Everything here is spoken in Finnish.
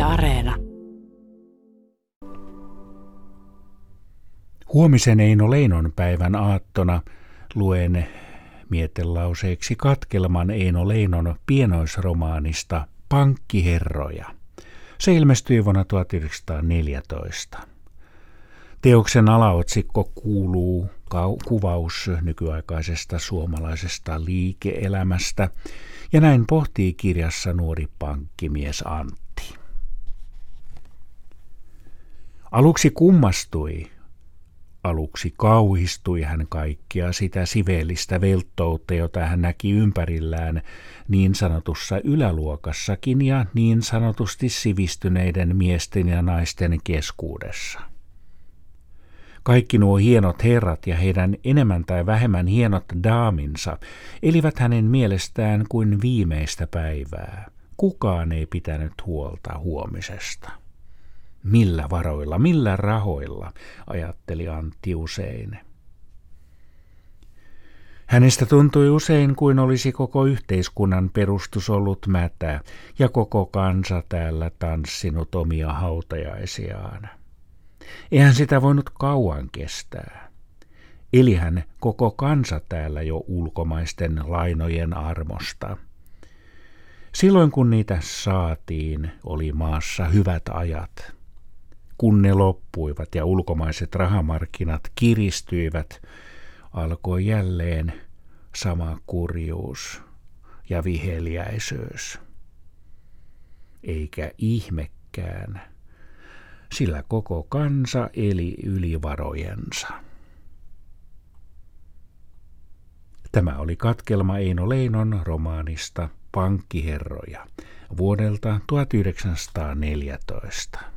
Areena. Huomisen Eino Leinon päivän aattona luen mietelauseeksi katkelman Eino Leinon pienoisromaanista Pankkiherroja. Se ilmestyi vuonna 1914. Teoksen alaotsikko kuuluu kuvaus nykyaikaisesta suomalaisesta liike-elämästä, ja näin pohtii kirjassa nuori pankkimies Antti. Aluksi kummastui, aluksi kauhistui hän kaikkea sitä siveellistä velttoutta, jota hän näki ympärillään niin sanotussa yläluokassakin ja niin sanotusti sivistyneiden miesten ja naisten keskuudessa. Kaikki nuo hienot herrat ja heidän enemmän tai vähemmän hienot daaminsa elivät hänen mielestään kuin viimeistä päivää. Kukaan ei pitänyt huolta huomisesta. Millä varoilla, millä rahoilla, ajatteli Antti usein. Hänestä tuntui usein kuin olisi koko yhteiskunnan perustus ollut mätä ja koko kansa täällä tanssinut omia hautajaisiaan. Eihän sitä voinut kauan kestää. Elihän koko kansa täällä jo ulkomaisten lainojen armosta. Silloin kun niitä saatiin, oli maassa hyvät ajat. Kun ne loppuivat ja ulkomaiset rahamarkkinat kiristyivät, alkoi jälleen sama kurjuus ja viheliäisyys. Eikä ihmekään, sillä koko kansa eli yli varojensa. Tämä oli katkelma Eino Leinon romaanista Pankkiherroja vuodelta 1914.